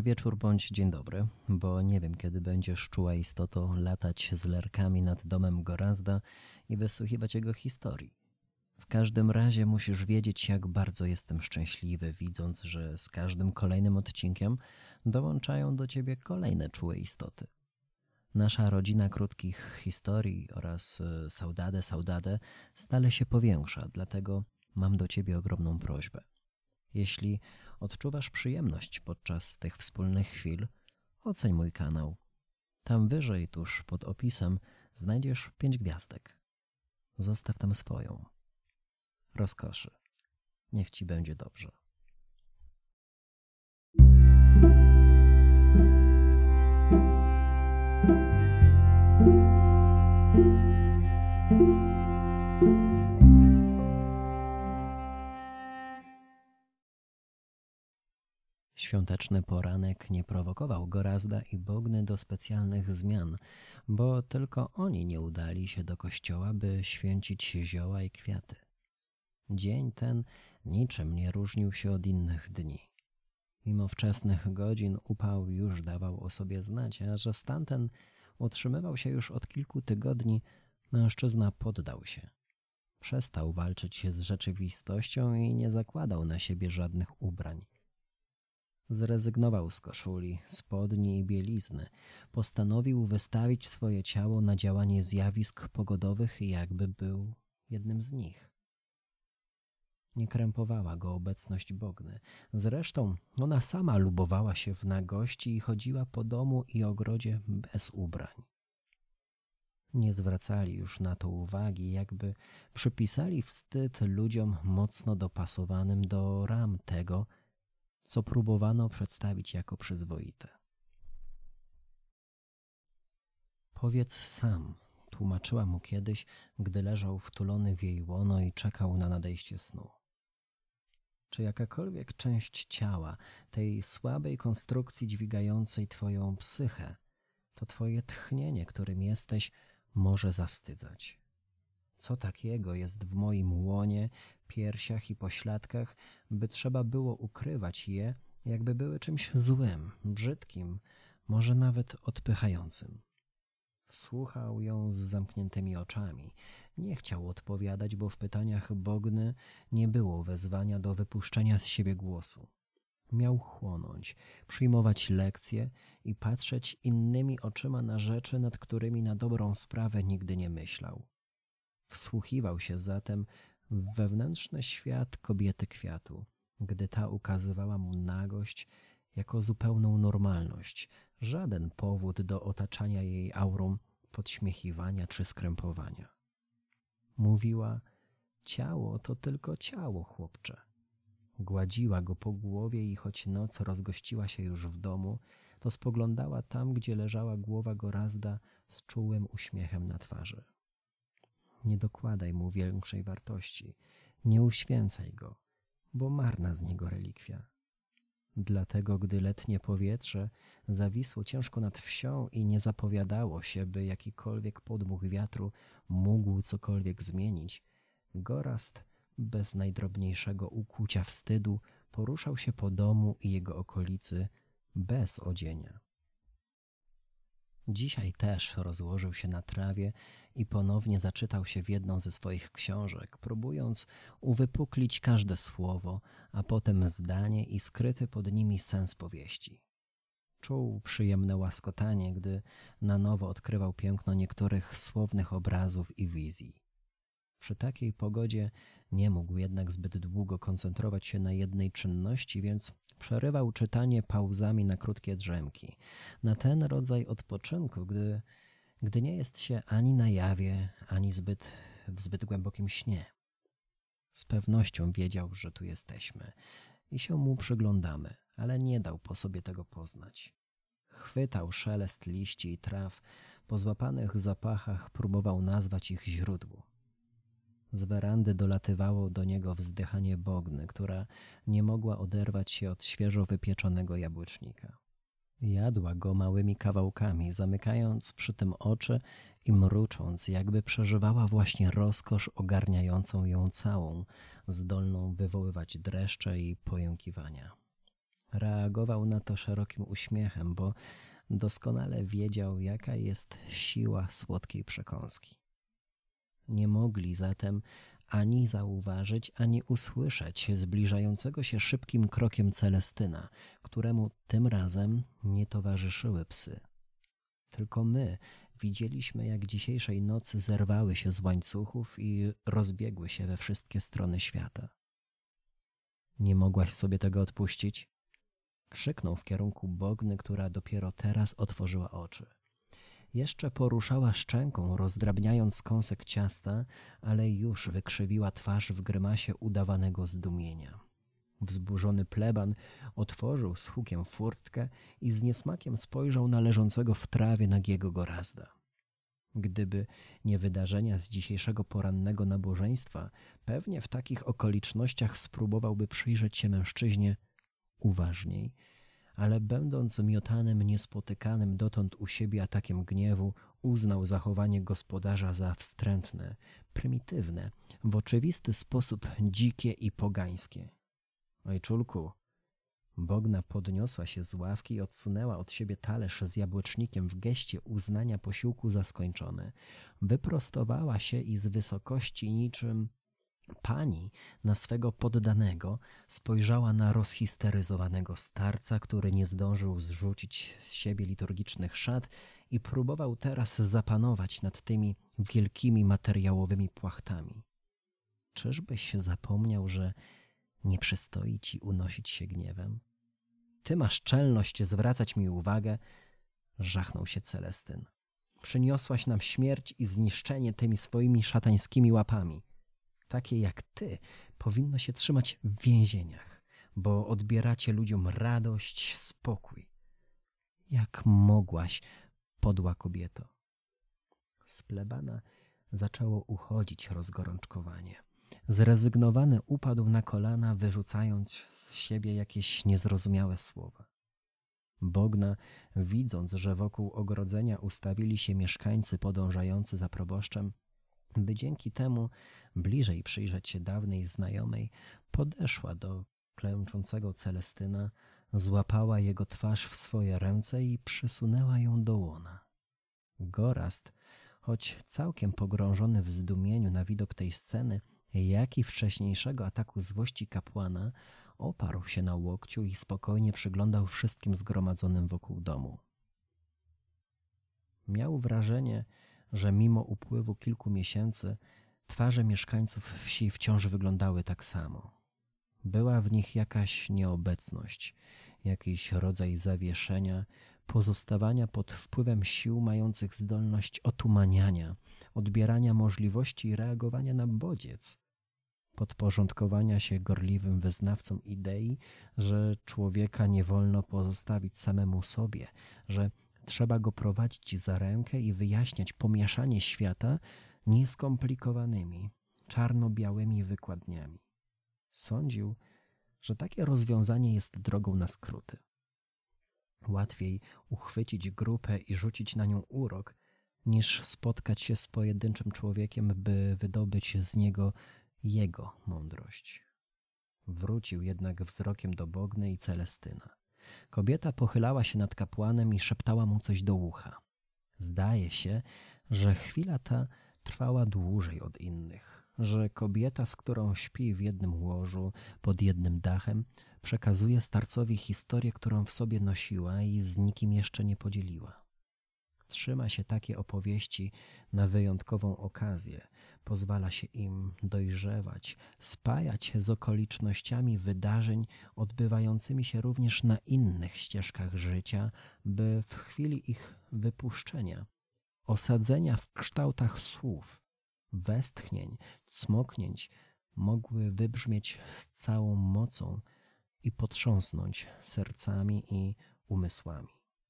Dobry wieczór bądź dzień dobry, bo nie wiem, kiedy będziesz czuła istoto latać z lerkami nad domem Gorazda i wysłuchiwać jego historii. W każdym razie musisz wiedzieć, jak bardzo jestem szczęśliwy, widząc, że z każdym kolejnym odcinkiem dołączają do ciebie kolejne czułe istoty. Nasza rodzina krótkich historii oraz Saudade stale się powiększa, dlatego mam do ciebie ogromną prośbę. Jeśli odczuwasz przyjemność podczas tych wspólnych chwil, oceń mój kanał. Tam wyżej, tuż pod opisem, znajdziesz 5 gwiazdek. Zostaw tam swoją. Rozkoszy. Niech ci będzie dobrze. Świąteczny poranek nie prowokował Gorazda i Bogny do specjalnych zmian, bo tylko oni nie udali się do kościoła, by święcić zioła i kwiaty. Dzień ten niczym nie różnił się od innych dni. Mimo wczesnych godzin upał już dawał o sobie znać, a że stan ten utrzymywał się już od kilku tygodni, mężczyzna poddał się. Przestał walczyć z rzeczywistością i nie zakładał na siebie żadnych ubrań. Zrezygnował z koszuli, spodni i bielizny. Postanowił wystawić swoje ciało na działanie zjawisk pogodowych, jakby był jednym z nich. Nie krępowała go obecność Bogny. Zresztą ona sama lubowała się w nagości i chodziła po domu i ogrodzie bez ubrań. Nie zwracali już na to uwagi, jakby przypisali wstyd ludziom mocno dopasowanym do ram tego, co próbowano przedstawić jako przyzwoite. Powiedz sam, tłumaczyła mu kiedyś, gdy leżał wtulony w jej łono i czekał na nadejście snu. Czy jakakolwiek część ciała, tej słabej konstrukcji dźwigającej twoją psychę, to twoje tchnienie, którym jesteś, może zawstydzać? Co takiego jest w moim łonie, piersiach i pośladkach, by trzeba było ukrywać je, jakby były czymś złym, brzydkim, może nawet odpychającym? Słuchał ją z zamkniętymi oczami. Nie chciał odpowiadać, bo w pytaniach Bogny nie było wezwania do wypuszczenia z siebie głosu. Miał chłonąć, przyjmować lekcje i patrzeć innymi oczyma na rzeczy, nad którymi na dobrą sprawę nigdy nie myślał. Wsłuchiwał się zatem w wewnętrzny świat kobiety kwiatu, gdy ta ukazywała mu nagość jako zupełną normalność, żaden powód do otaczania jej aurą podśmiechiwania czy skrępowania. Mówiła: ciało to tylko ciało, chłopcze. Gładziła go po głowie i choć noc rozgościła się już w domu, to spoglądała tam, gdzie leżała głowa Gorazda z czułym uśmiechem na twarzy. Nie dokładaj mu większej wartości, nie uświęcaj go, bo marna z niego relikwia. Dlatego, gdy letnie powietrze zawisło ciężko nad wsią i nie zapowiadało się, by jakikolwiek podmuch wiatru mógł cokolwiek zmienić, Gorazd, bez najdrobniejszego ukłucia wstydu, poruszał się po domu i jego okolicy bez odzienia. Dzisiaj też rozłożył się na trawie i ponownie zaczytał się w jedną ze swoich książek, próbując uwypuklić każde słowo, a potem zdanie i skryty pod nimi sens powieści. Czuł przyjemne łaskotanie, gdy na nowo odkrywał piękno niektórych słownych obrazów i wizji. Przy takiej pogodzie nie mógł jednak zbyt długo koncentrować się na jednej czynności, więc przerywał czytanie pauzami na krótkie drzemki, na ten rodzaj odpoczynku, gdy nie jest się ani na jawie, ani w zbyt głębokim śnie. Z pewnością wiedział, że tu jesteśmy i się mu przyglądamy, ale nie dał po sobie tego poznać. Chwytał szelest liści i traw, po złapanych zapachach próbował nazwać ich źródło. Z werandy dolatywało do niego wzdychanie Bogny, która nie mogła oderwać się od świeżo wypieczonego jabłecznika. Jadła go małymi kawałkami, zamykając przy tym oczy i mrucząc, jakby przeżywała właśnie rozkosz ogarniającą ją całą, zdolną wywoływać dreszcze i pojękiwania. Reagował na to szerokim uśmiechem, bo doskonale wiedział, jaka jest siła słodkiej przekąski. Nie mogli zatem ani zauważyć, ani usłyszeć zbliżającego się szybkim krokiem Celestyna, któremu tym razem nie towarzyszyły psy. Tylko my widzieliśmy, jak dzisiejszej nocy zerwały się z łańcuchów i rozbiegły się we wszystkie strony świata. Nie mogłaś sobie tego odpuścić? Krzyknął w kierunku Bogny, która dopiero teraz otworzyła oczy. Jeszcze poruszała szczęką, rozdrabniając kąsek ciasta, ale już wykrzywiła twarz w grymasie udawanego zdumienia. Wzburzony pleban otworzył z hukiem furtkę i z niesmakiem spojrzał na leżącego w trawie nagiego Gorazda. Gdyby nie wydarzenia z dzisiejszego porannego nabożeństwa, pewnie w takich okolicznościach spróbowałby przyjrzeć się mężczyźnie uważniej, ale będąc miotanym, niespotykanym dotąd u siebie atakiem gniewu, uznał zachowanie gospodarza za wstrętne, prymitywne, w oczywisty sposób dzikie i pogańskie. Ojczulku, Bogna podniosła się z ławki i odsunęła od siebie talerz z jabłecznikiem w geście uznania posiłku za skończony. Wyprostowała się i z wysokości niczym pani na swego poddanego spojrzała na rozhisteryzowanego starca, który nie zdążył zrzucić z siebie liturgicznych szat i próbował teraz zapanować nad tymi wielkimi materiałowymi płachtami. Czyżbyś zapomniał, że nie przystoi ci unosić się gniewem? Ty masz czelność zwracać mi uwagę, żachnął się Celestyn. Przyniosłaś nam śmierć i zniszczenie tymi swoimi szatańskimi łapami. Takie jak ty powinno się trzymać w więzieniach, bo odbieracie ludziom radość, spokój. Jak mogłaś, podła kobieto? Z plebana zaczęło uchodzić rozgorączkowanie. Zrezygnowany upadł na kolana, wyrzucając z siebie jakieś niezrozumiałe słowa. Bogna, widząc, że wokół ogrodzenia ustawili się mieszkańcy podążający za proboszczem, by dzięki temu bliżej przyjrzeć się dawnej znajomej, podeszła do klęczącego Celestyna, złapała jego twarz w swoje ręce i przysunęła ją do łona. Gorazd, choć całkiem pogrążony w zdumieniu na widok tej sceny, jak i wcześniejszego ataku złości kapłana, oparł się na łokciu i spokojnie przyglądał wszystkim zgromadzonym wokół domu. Miał wrażenie, że mimo upływu kilku miesięcy twarze mieszkańców wsi wciąż wyglądały tak samo. Była w nich jakaś nieobecność, jakiś rodzaj zawieszenia, pozostawania pod wpływem sił mających zdolność otumaniania, odbierania możliwości i reagowania na bodziec, podporządkowania się gorliwym wyznawcom idei, że człowieka nie wolno pozostawić samemu sobie, że trzeba go prowadzić za rękę i wyjaśniać pomieszanie świata nieskomplikowanymi, czarno-białymi wykładniami. Sądził, że takie rozwiązanie jest drogą na skróty. Łatwiej uchwycić grupę i rzucić na nią urok, niż spotkać się z pojedynczym człowiekiem, by wydobyć z niego jego mądrość. Wrócił jednak wzrokiem do Bogny i Celestyna. Kobieta pochylała się nad kapłanem i szeptała mu coś do ucha. Zdaje się, że chwila ta trwała dłużej od innych, że kobieta, z którą śpi w jednym łożu, pod jednym dachem, przekazuje starcowi historię, którą w sobie nosiła i z nikim jeszcze nie podzieliła. Trzyma się takie opowieści na wyjątkową okazję, pozwala się im dojrzewać, spajać z okolicznościami wydarzeń odbywającymi się również na innych ścieżkach życia, by w chwili ich wypuszczenia, osadzenia w kształtach słów, westchnień, cmoknięć mogły wybrzmieć z całą mocą i potrząsnąć sercami i umysłami.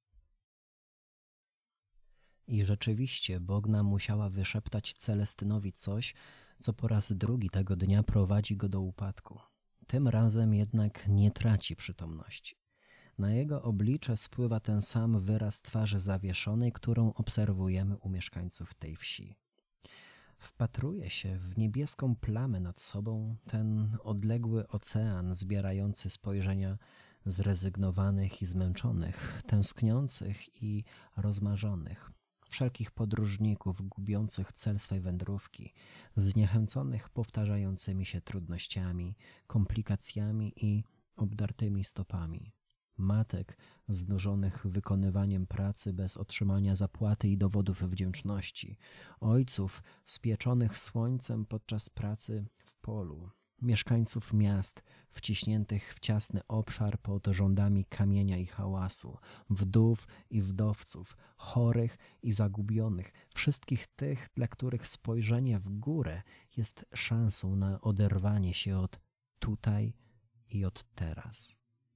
I rzeczywiście Bogna musiała wyszeptać Celestynowi coś, co po raz drugi tego dnia prowadzi go do upadku. Tym razem jednak nie traci przytomności. Na jego oblicze spływa ten sam wyraz twarzy zawieszonej, którą obserwujemy u mieszkańców tej wsi. Wpatruje się w niebieską plamę nad sobą, ten odległy ocean zbierający spojrzenia zrezygnowanych i zmęczonych, tęskniących i rozmarzonych, wszelkich podróżników gubiących cel swej wędrówki, zniechęconych powtarzającymi się trudnościami, komplikacjami i obdartymi stopami, matek znużonych wykonywaniem pracy bez otrzymania zapłaty i dowodów wdzięczności, ojców spieczonych słońcem podczas pracy w polu, mieszkańców miast wciśniętych w ciasny obszar pod rządami kamienia i hałasu, wdów i wdowców, chorych i zagubionych, wszystkich tych, dla których spojrzenie w górę jest szansą na oderwanie się od tutaj i od teraz.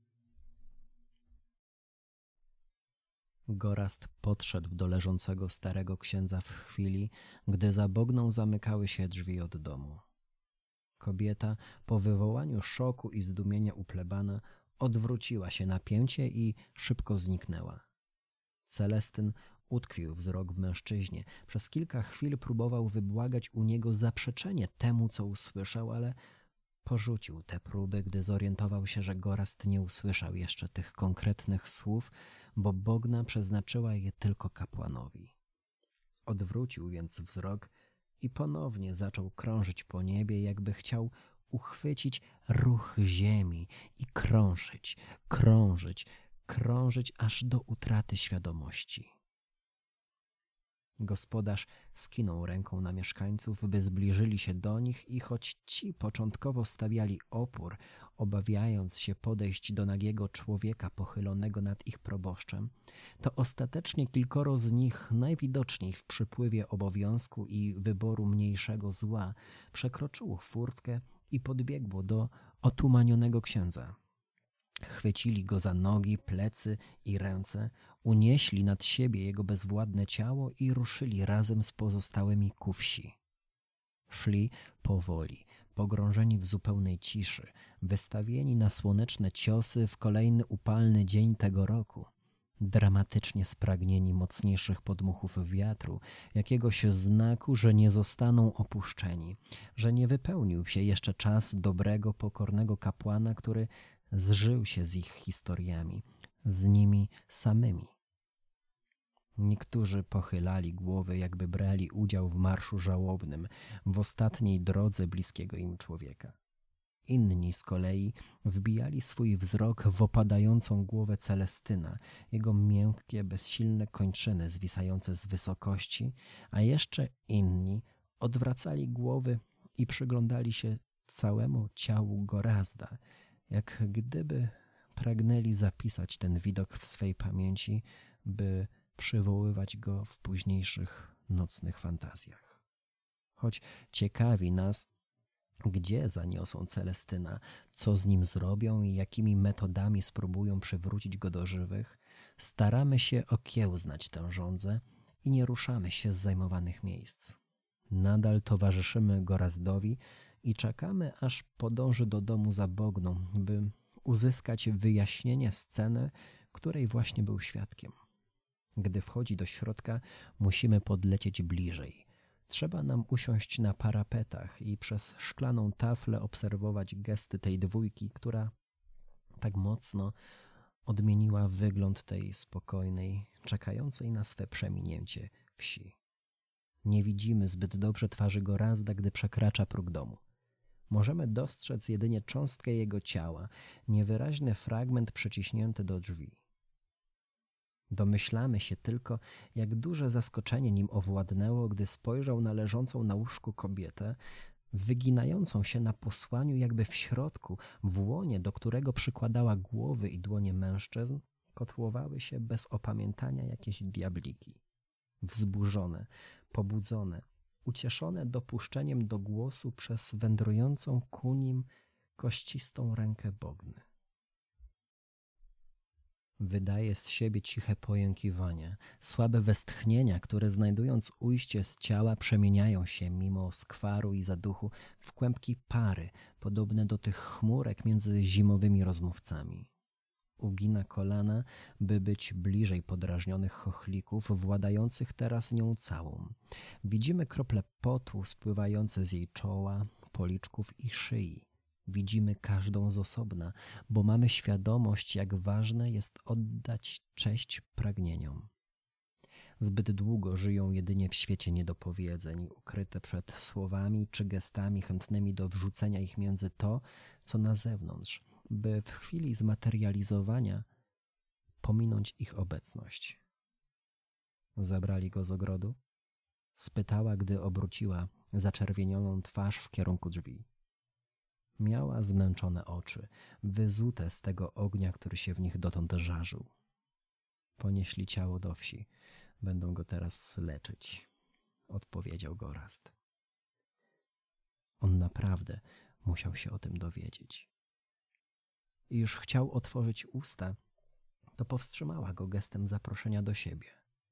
Gorazd podszedł do leżącego starego księdza w chwili, gdy za Bogną zamykały się drzwi od domu. Kobieta, po wywołaniu szoku i zdumienia u plebana, odwróciła się na pięcie i szybko zniknęła. Celestyn utkwił wzrok w mężczyźnie. Przez kilka chwil próbował wybłagać u niego zaprzeczenie temu, co usłyszał, ale porzucił te próby, gdy zorientował się, że Gorazd nie usłyszał jeszcze tych konkretnych słów, bo Bogna przeznaczyła je tylko kapłanowi. Odwrócił więc wzrok i ponownie zaczął krążyć po niebie, jakby chciał uchwycić ruch ziemi i krążyć, krążyć, krążyć aż do utraty świadomości. Gospodarz skinął ręką na mieszkańców, by zbliżyli się do nich i choć ci początkowo stawiali opór, obawiając się podejść do nagiego człowieka pochylonego nad ich proboszczem, to ostatecznie kilkoro z nich, najwidoczniej w przypływie obowiązku i wyboru mniejszego zła, przekroczyło furtkę i podbiegło do otumanionego księdza. Chwycili go za nogi, plecy i ręce, unieśli nad siebie jego bezwładne ciało i ruszyli razem z pozostałymi ku wsi. Szli powoli, pogrążeni w zupełnej ciszy, wystawieni na słoneczne ciosy w kolejny upalny dzień tego roku, dramatycznie spragnieni mocniejszych podmuchów wiatru, jakiegoś znaku, że nie zostaną opuszczeni, że nie wypełnił się jeszcze czas dobrego, pokornego kapłana, który zżył się z ich historiami, z nimi samymi. Niektórzy pochylali głowy, jakby brali udział w marszu żałobnym, w ostatniej drodze bliskiego im człowieka. Inni z kolei wbijali swój wzrok w opadającą głowę Celestyna, jego miękkie, bezsilne kończyny zwisające z wysokości, a jeszcze inni odwracali głowy i przyglądali się całemu ciału Gorazda, jak gdyby pragnęli zapisać ten widok w swej pamięci, by przywoływać go w późniejszych nocnych fantazjach. Choć ciekawi nas, gdzie zaniosą Celestyna, co z nim zrobią i jakimi metodami spróbują przywrócić go do żywych, staramy się okiełznać tę żądzę i nie ruszamy się z zajmowanych miejsc. Nadal towarzyszymy Gorazdowi i czekamy, aż podąży do domu za Bogną, by uzyskać wyjaśnienie sceny, której właśnie był świadkiem. Gdy wchodzi do środka, musimy podlecieć bliżej. Trzeba nam usiąść na parapetach i przez szklaną taflę obserwować gesty tej dwójki, która tak mocno odmieniła wygląd tej spokojnej, czekającej na swe przeminięcie wsi. Nie widzimy zbyt dobrze twarzy Gorazda, gdy przekracza próg domu. Możemy dostrzec jedynie cząstkę jego ciała, niewyraźny fragment przyciśnięty do drzwi. Domyślamy się tylko, jak duże zaskoczenie nim owładnęło, gdy spojrzał na leżącą na łóżku kobietę, wyginającą się na posłaniu, jakby w środku, w łonie, do którego przykładała głowy i dłonie mężczyzn, kotłowały się bez opamiętania jakieś diabliki. Wzburzone, pobudzone, ucieszone dopuszczeniem do głosu przez wędrującą ku nim kościstą rękę Bogny. Wydaje z siebie ciche pojękiwania, słabe westchnienia, które znajdując ujście z ciała przemieniają się mimo skwaru i zaduchu w kłębki pary, podobne do tych chmurek między zimowymi rozmówcami. Ugina kolana, by być bliżej podrażnionych chochlików, władających teraz nią całą. Widzimy krople potu spływające z jej czoła, policzków i szyi. Widzimy każdą z osobna, bo mamy świadomość, jak ważne jest oddać cześć pragnieniom. Zbyt długo żyją jedynie w świecie niedopowiedzeń, ukryte przed słowami czy gestami chętnymi do wrzucenia ich między to, co na zewnątrz, by w chwili zmaterializowania pominąć ich obecność. Zabrali go z ogrodu? Spytała, gdy obróciła zaczerwienioną twarz w kierunku drzwi. Miała zmęczone oczy, wyzute z tego ognia, który się w nich dotąd żarzył. Ponieśli ciało do wsi. Będą go teraz leczyć, odpowiedział Gorazd. On naprawdę musiał się o tym dowiedzieć. I już chciał otworzyć usta, to powstrzymała go gestem zaproszenia do siebie.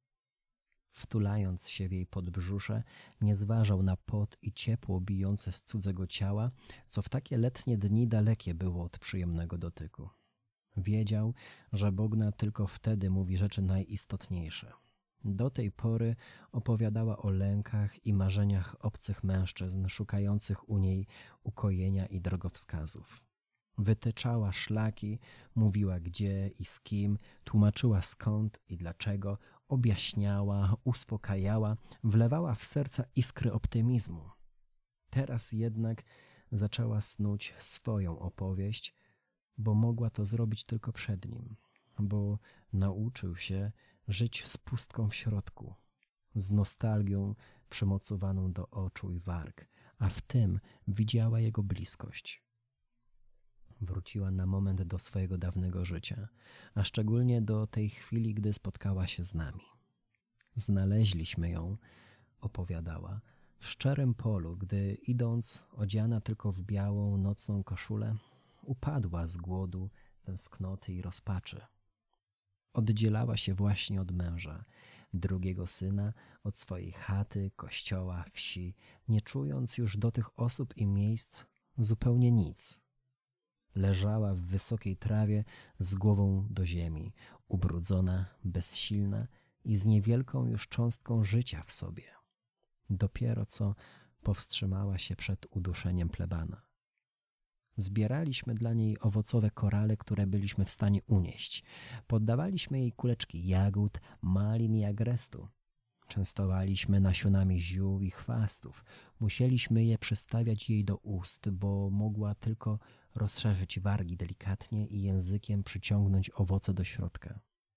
Wtulając się w jej podbrzusze, nie zważał na pot i ciepło bijące z cudzego ciała, co w takie letnie dni dalekie było od przyjemnego dotyku. Wiedział, że Bogna tylko wtedy mówi rzeczy najistotniejsze. Do tej pory opowiadała o lękach i marzeniach obcych mężczyzn szukających u niej ukojenia i drogowskazów. Wytyczała szlaki, mówiła gdzie i z kim, tłumaczyła skąd i dlaczego, objaśniała, uspokajała, wlewała w serca iskry optymizmu. Teraz jednak zaczęła snuć swoją opowieść, bo mogła to zrobić tylko przed nim, bo nauczył się żyć z pustką w środku, z nostalgią przymocowaną do oczu i warg, a w tym widziała jego bliskość. Wróciła na moment do swojego dawnego życia, a szczególnie do tej chwili, gdy spotkała się z nami. Znaleźliśmy ją, opowiadała, w szczerym polu, gdy idąc, odziana tylko w białą, nocną koszulę, upadła z głodu, tęsknoty i rozpaczy. Oddzielała się właśnie od męża, drugiego syna, od swojej chaty, kościoła, wsi, nie czując już do tych osób i miejsc zupełnie nic. Leżała w wysokiej trawie z głową do ziemi, ubrudzona, bezsilna i z niewielką już cząstką życia w sobie. Dopiero co powstrzymała się przed uduszeniem plebana. Zbieraliśmy dla niej owocowe korale, które byliśmy w stanie unieść. Poddawaliśmy jej kuleczki jagód, malin i agrestu. Częstowaliśmy nasionami ziół i chwastów. Musieliśmy je przystawiać jej do ust, bo mogła tylko rozszerzyć wargi delikatnie i językiem przyciągnąć owoce do środka.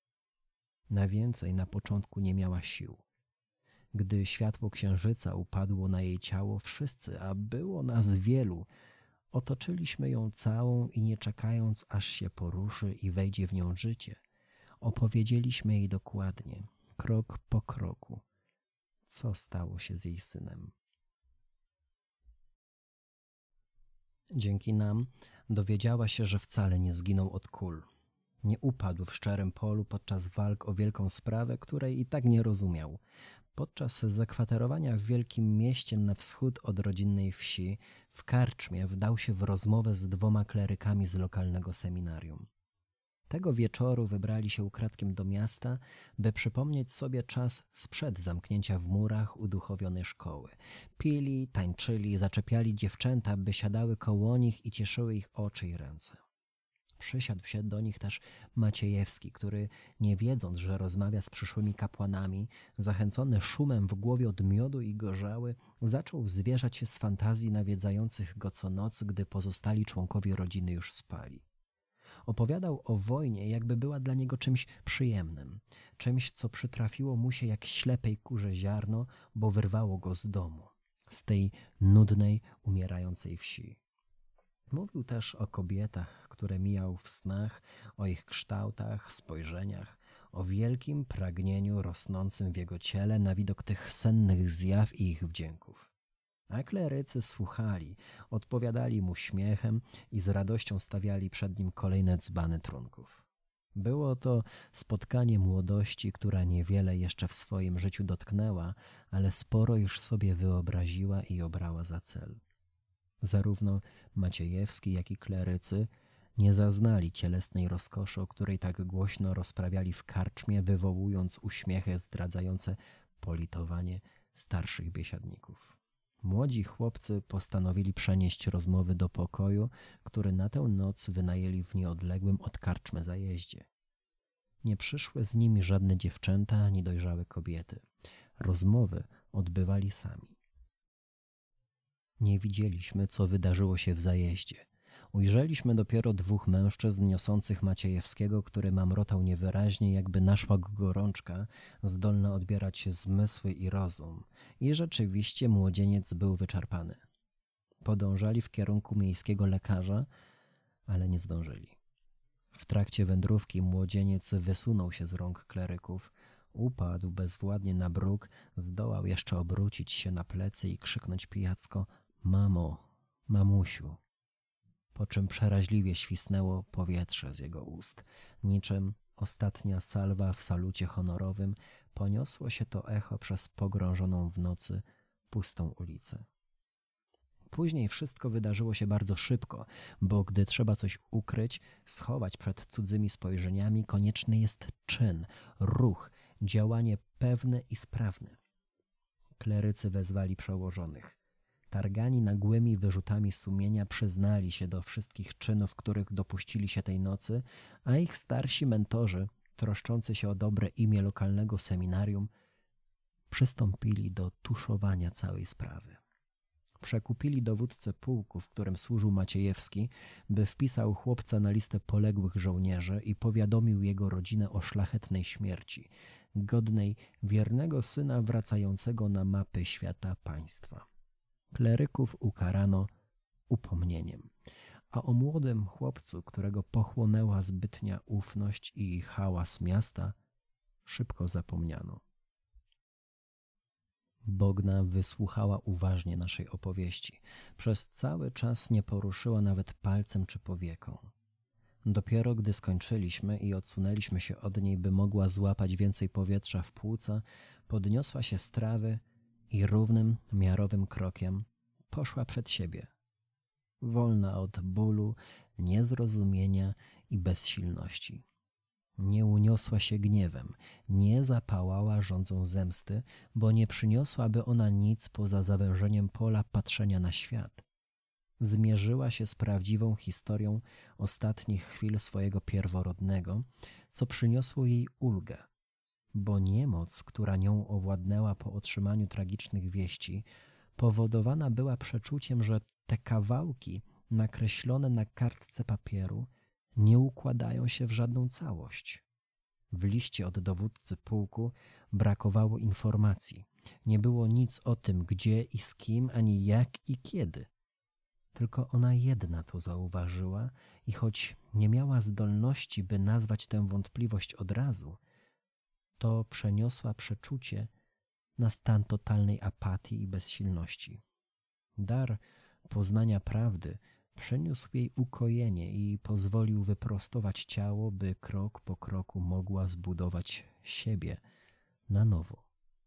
Na więcej na początku nie miała sił. Gdy światło księżyca upadło na jej ciało, wszyscy, a było nas wielu, otoczyliśmy ją całą i nie czekając, aż się poruszy i wejdzie w nią życie, opowiedzieliśmy jej dokładnie, krok po kroku, co stało się z jej synem. Dzięki nam dowiedziała się, że wcale nie zginął od kul. Nie upadł w szczerym polu podczas walk o wielką sprawę, której i tak nie rozumiał. Podczas zakwaterowania w wielkim mieście na wschód od rodzinnej wsi, w karczmie wdał się w rozmowę z 2 klerykami z lokalnego seminarium. Tego wieczoru wybrali się ukradkiem do miasta, by przypomnieć sobie czas sprzed zamknięcia w murach uduchowionej szkoły. Pili, tańczyli, zaczepiali dziewczęta, by siadały koło nich i cieszyły ich oczy i ręce. Przysiadł się do nich też Maciejewski, który, nie wiedząc, że rozmawia z przyszłymi kapłanami, zachęcony szumem w głowie od miodu i gorzały, zaczął zwierzać się z fantazji nawiedzających go co noc, gdy pozostali członkowie rodziny już spali. Opowiadał o wojnie, jakby była dla niego czymś przyjemnym, czymś, co przytrafiło mu się jak ślepej kurze ziarno, bo wyrwało go z domu, z tej nudnej, umierającej wsi. Mówił też o kobietach, które mijał w snach, o ich kształtach, spojrzeniach, o wielkim pragnieniu rosnącym w jego ciele na widok tych sennych zjaw i ich wdzięków. A klerycy słuchali, odpowiadali mu śmiechem i z radością stawiali przed nim kolejne dzbany trunków. Było to spotkanie młodości, która niewiele jeszcze w swoim życiu dotknęła, ale sporo już sobie wyobraziła i obrała za cel. Zarówno Maciejewski, jak i klerycy nie zaznali cielesnej rozkoszy, o której tak głośno rozprawiali w karczmie, wywołując uśmiechy zdradzające politowanie starszych biesiadników. Młodzi chłopcy postanowili przenieść rozmowy do pokoju, który na tę noc wynajęli w nieodległym od karczmy zajeździe. Nie przyszły z nimi żadne dziewczęta ani dojrzałe kobiety. Rozmowy odbywali sami. Nie widzieliśmy, co wydarzyło się w zajeździe. Ujrzeliśmy dopiero dwóch mężczyzn niosących Maciejewskiego, który mamrotał niewyraźnie, jakby naszła go gorączka, zdolna odbierać zmysły i rozum. I rzeczywiście młodzieniec był wyczerpany. Podążali w kierunku miejskiego lekarza, ale nie zdążyli. W trakcie wędrówki młodzieniec wysunął się z rąk kleryków, upadł bezwładnie na bruk, zdołał jeszcze obrócić się na plecy i krzyknąć pijacko: „Mamo, mamusiu”, po czym przeraźliwie świsnęło powietrze z jego ust. Niczym ostatnia salwa w salucie honorowym poniosło się to echo przez pogrążoną w nocy pustą ulicę. Później wszystko wydarzyło się bardzo szybko, bo gdy trzeba coś ukryć, schować przed cudzymi spojrzeniami, konieczny jest czyn, ruch, działanie pewne i sprawne. Klerycy wezwali przełożonych. Targani nagłymi wyrzutami sumienia przyznali się do wszystkich czynów, których dopuścili się tej nocy, a ich starsi mentorzy, troszczący się o dobre imię lokalnego seminarium, przystąpili do tuszowania całej sprawy. Przekupili dowódcę pułku, w którym służył Maciejewski, by wpisał chłopca na listę poległych żołnierzy i powiadomił jego rodzinę o szlachetnej śmierci, godnej wiernego syna wracającego na mapy świata państwa. Kleryków ukarano upomnieniem, a o młodym chłopcu, którego pochłonęła zbytnia ufność i hałas miasta, szybko zapomniano. Bogna wysłuchała uważnie naszej opowieści. Przez cały czas nie poruszyła nawet palcem czy powieką. Dopiero gdy skończyliśmy i odsunęliśmy się od niej, by mogła złapać więcej powietrza w płuca, podniosła się z trawy i równym, miarowym krokiem poszła przed siebie, wolna od bólu, niezrozumienia i bezsilności. Nie uniosła się gniewem, nie zapałała żądzą zemsty, bo nie przyniosłaby ona nic poza zawężeniem pola patrzenia na świat. Zmierzyła się z prawdziwą historią ostatnich chwil swojego pierworodnego, co przyniosło jej ulgę, bo niemoc, która nią owładnęła po otrzymaniu tragicznych wieści, powodowana była przeczuciem, że te kawałki nakreślone na kartce papieru nie układają się w żadną całość. W liście od dowódcy pułku brakowało informacji. Nie było nic o tym, gdzie i z kim, ani jak i kiedy. Tylko ona jedna to zauważyła i choć nie miała zdolności, by nazwać tę wątpliwość od razu, to przeniosła przeczucie na stan totalnej apatii i bezsilności. Dar poznania prawdy przyniósł jej ukojenie i pozwolił wyprostować ciało, by krok po kroku mogła zbudować siebie na nowo.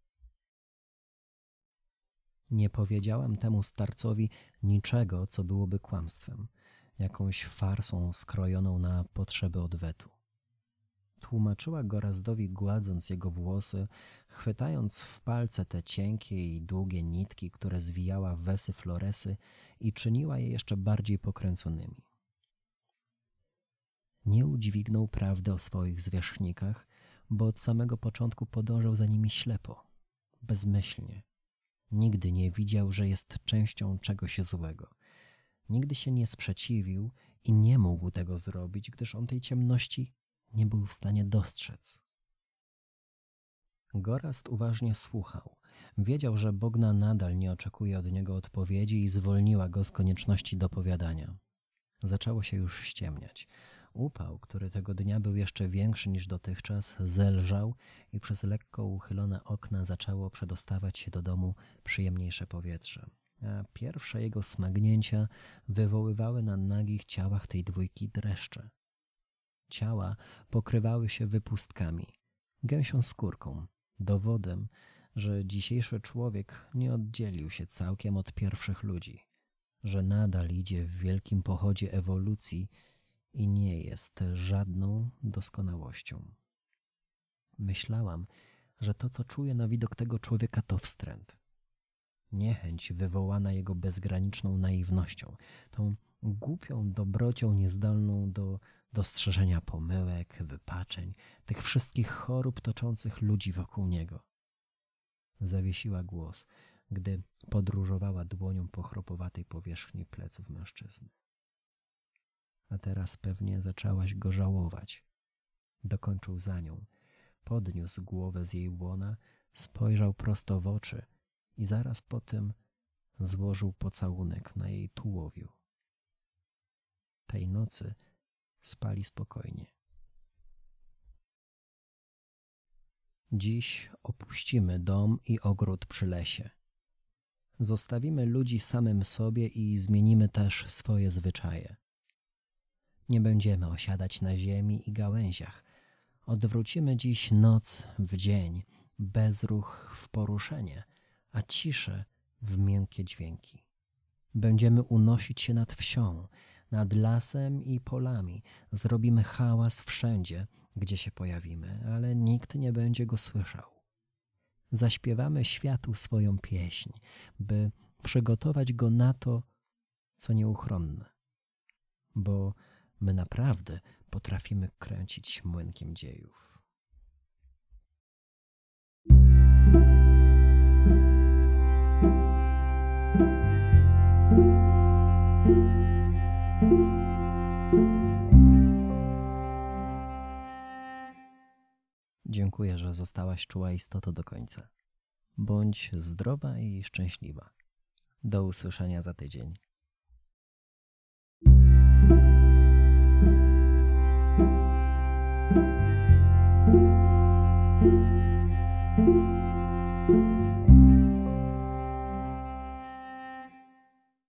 Nie powiedziałam temu starcowi niczego, co byłoby kłamstwem, jakąś farsą skrojoną na potrzeby odwetu. Tłumaczyła Gorazdowi, gładząc jego włosy, chwytając w palce te cienkie i długie nitki, które zwijała w wesy floresy i czyniła je jeszcze bardziej pokręconymi. Nie udźwignął prawdy o swoich zwierzchnikach, bo od samego początku podążał za nimi ślepo, bezmyślnie. Nigdy nie widział, że jest częścią czegoś złego. Nigdy się nie sprzeciwił i nie mógł tego zrobić, gdyż on tej ciemności nie był w stanie dostrzec. Gorazd uważnie słuchał. Wiedział, że Bogna nadal nie oczekuje od niego odpowiedzi i zwolniła go z konieczności dopowiadania. Zaczęło się już ściemniać. Upał, który tego dnia był jeszcze większy niż dotychczas, zelżał i przez lekko uchylone okna zaczęło przedostawać się do domu przyjemniejsze powietrze. A pierwsze jego smagnięcia wywoływały na nagich ciałach tej dwójki dreszcze. Ciała pokrywały się wypustkami, gęsią skórką, dowodem, że dzisiejszy człowiek nie oddzielił się całkiem od pierwszych ludzi, że nadal idzie w wielkim pochodzie ewolucji i nie jest żadną doskonałością. Myślałam, że to, co czuję na widok tego człowieka, to wstręt. niechęć wywołana jego bezgraniczną naiwnością, tą głupią dobrocią niezdolną do dostrzeżenia pomyłek, wypaczeń, tych wszystkich chorób toczących ludzi wokół niego. Zawiesiła głos, gdy podróżowała dłonią po chropowatej powierzchni pleców mężczyzny. A teraz pewnie zaczęłaś go żałować. Dokończył za nią, podniósł głowę z jej łona, spojrzał prosto w oczy i zaraz po tym złożył pocałunek na jej tułowiu. Tej nocy spali spokojnie. Dziś opuścimy dom i ogród przy lesie. Zostawimy ludzi samym sobie i zmienimy też swoje zwyczaje. Nie będziemy osiadać na ziemi i gałęziach. Odwrócimy dziś noc w dzień, bezruch w poruszenie, a ciszę w miękkie dźwięki. Będziemy unosić się nad wsią, nad lasem i polami. Zrobimy hałas wszędzie, gdzie się pojawimy, ale nikt nie będzie go słyszał. Zaśpiewamy światu swoją pieśń, by przygotować go na to, co nieuchronne. Bo my naprawdę potrafimy kręcić młynkiem dziejów. Dziękuję, że zostałaś czuła istoto do końca. Bądź zdrowa i szczęśliwa. Do usłyszenia za tydzień. Thank you.